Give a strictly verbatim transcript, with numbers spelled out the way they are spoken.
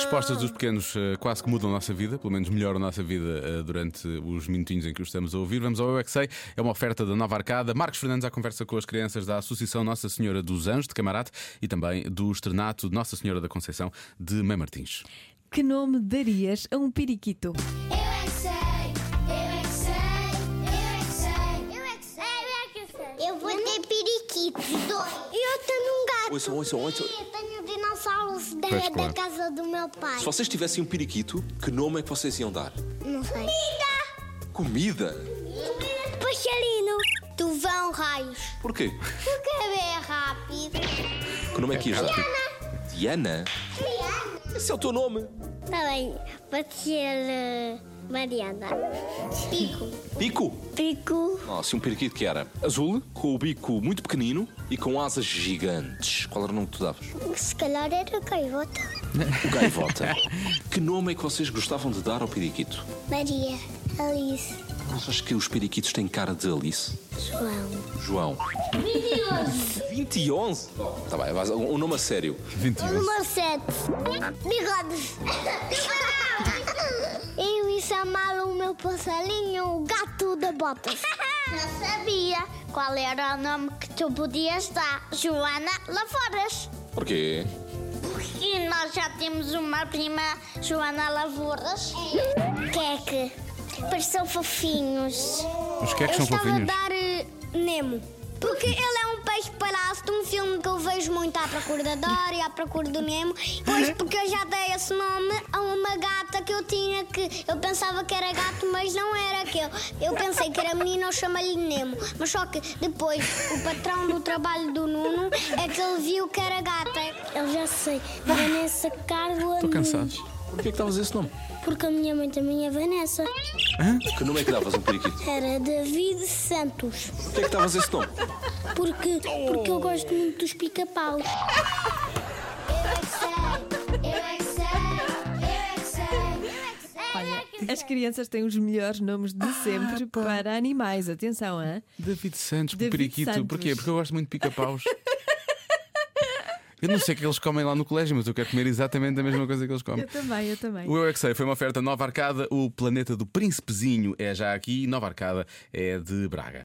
respostas dos pequenos uh, quase que mudam a nossa vida, pelo menos melhoram a nossa vida uh, durante os minutinhos em que os estamos a ouvir. Vamos ao Eu é que Sei, é uma oferta da Nova Arcada. Marcos Fernandes à conversa com as crianças da Associação Nossa Senhora dos Anjos de Camarate e também do Externato Nossa Senhora da Conceição de Mãe Martins. Que nome darias a um periquito? Eu é que sei, eu é que sei, eu é que sei, eu é que sei, eu é que sei. Eu vou ter periquitos, dois. Eu tenho um gato. Ouçam, ouçam, ouçam. Eu tenho dinossauros da, Pois, da claro. casa do meu pai. Se vocês tivessem um periquito, que nome é que vocês iam dar? Não sei. Comida! Comida? Comida de passarinho. Tuvão raios. Porquê? Porque é bem rápido. Que nome é que ias dar? Diana? Esse é o teu nome. Está bem, pode ser uh, Mariana. Pico. Pico? Pico. Oh, se um periquito que era azul, com o bico muito pequenino e com asas gigantes. Qual era o nome que tu davas? Se calhar era gaivota. O gaivota. Que nome é que vocês gostavam de dar ao periquito? Maria. Alice. Não achas que os periquitos têm cara de Alice? João. João. vinte e onze? Tá bem, vai, um nome a sério. vinte e um. Número sete. Bigodes. Eu ia chamar o meu passarinho o gato da botas. Não sabia qual era o nome que tu podias dar. Joana Lavouras. Porquê? E nós já temos uma prima, Joana Lavouras. Queque. Parecem fofinhos. Os queques Eu são estava fofinhos. a dar eh, Nemo. Porque ele é um peixe palhaço de um filme que eu vejo muito à procura da Dora e à procura do Nemo. Pois porque eu já dei esse nome a uma gata que eu tinha que eu pensava que era gato, mas não era aquele. Eu pensei que era menino, eu chamei-lhe Nemo. Mas só que depois o patrão do trabalho do Nuno é que ele viu que era gata. Eu já sei, Vanessa Carla. Estou cansado. Porquê que davas esse nome? Porque a minha mãe também é Vanessa. Que nome é que davas a um periquito? Era David Santos. Porquê que davas esse nome? Porque, porque eu gosto muito dos pica-paus. Eu é que sei, eu é que sei, eu é que sei, eu é que sei. Olha, as crianças têm os melhores nomes de sempre para animais. Atenção, hein? David Santos, David periquito. Santos. Porquê? Porque eu gosto muito de pica-paus. Eu não sei o que eles comem lá no colégio, mas eu quero comer exatamente a mesma coisa que eles comem. Eu também, eu também. O Eu é que Sei foi uma oferta Nova Arcada. O planeta do Príncipezinho é já aqui. Nova Arcada é de Braga.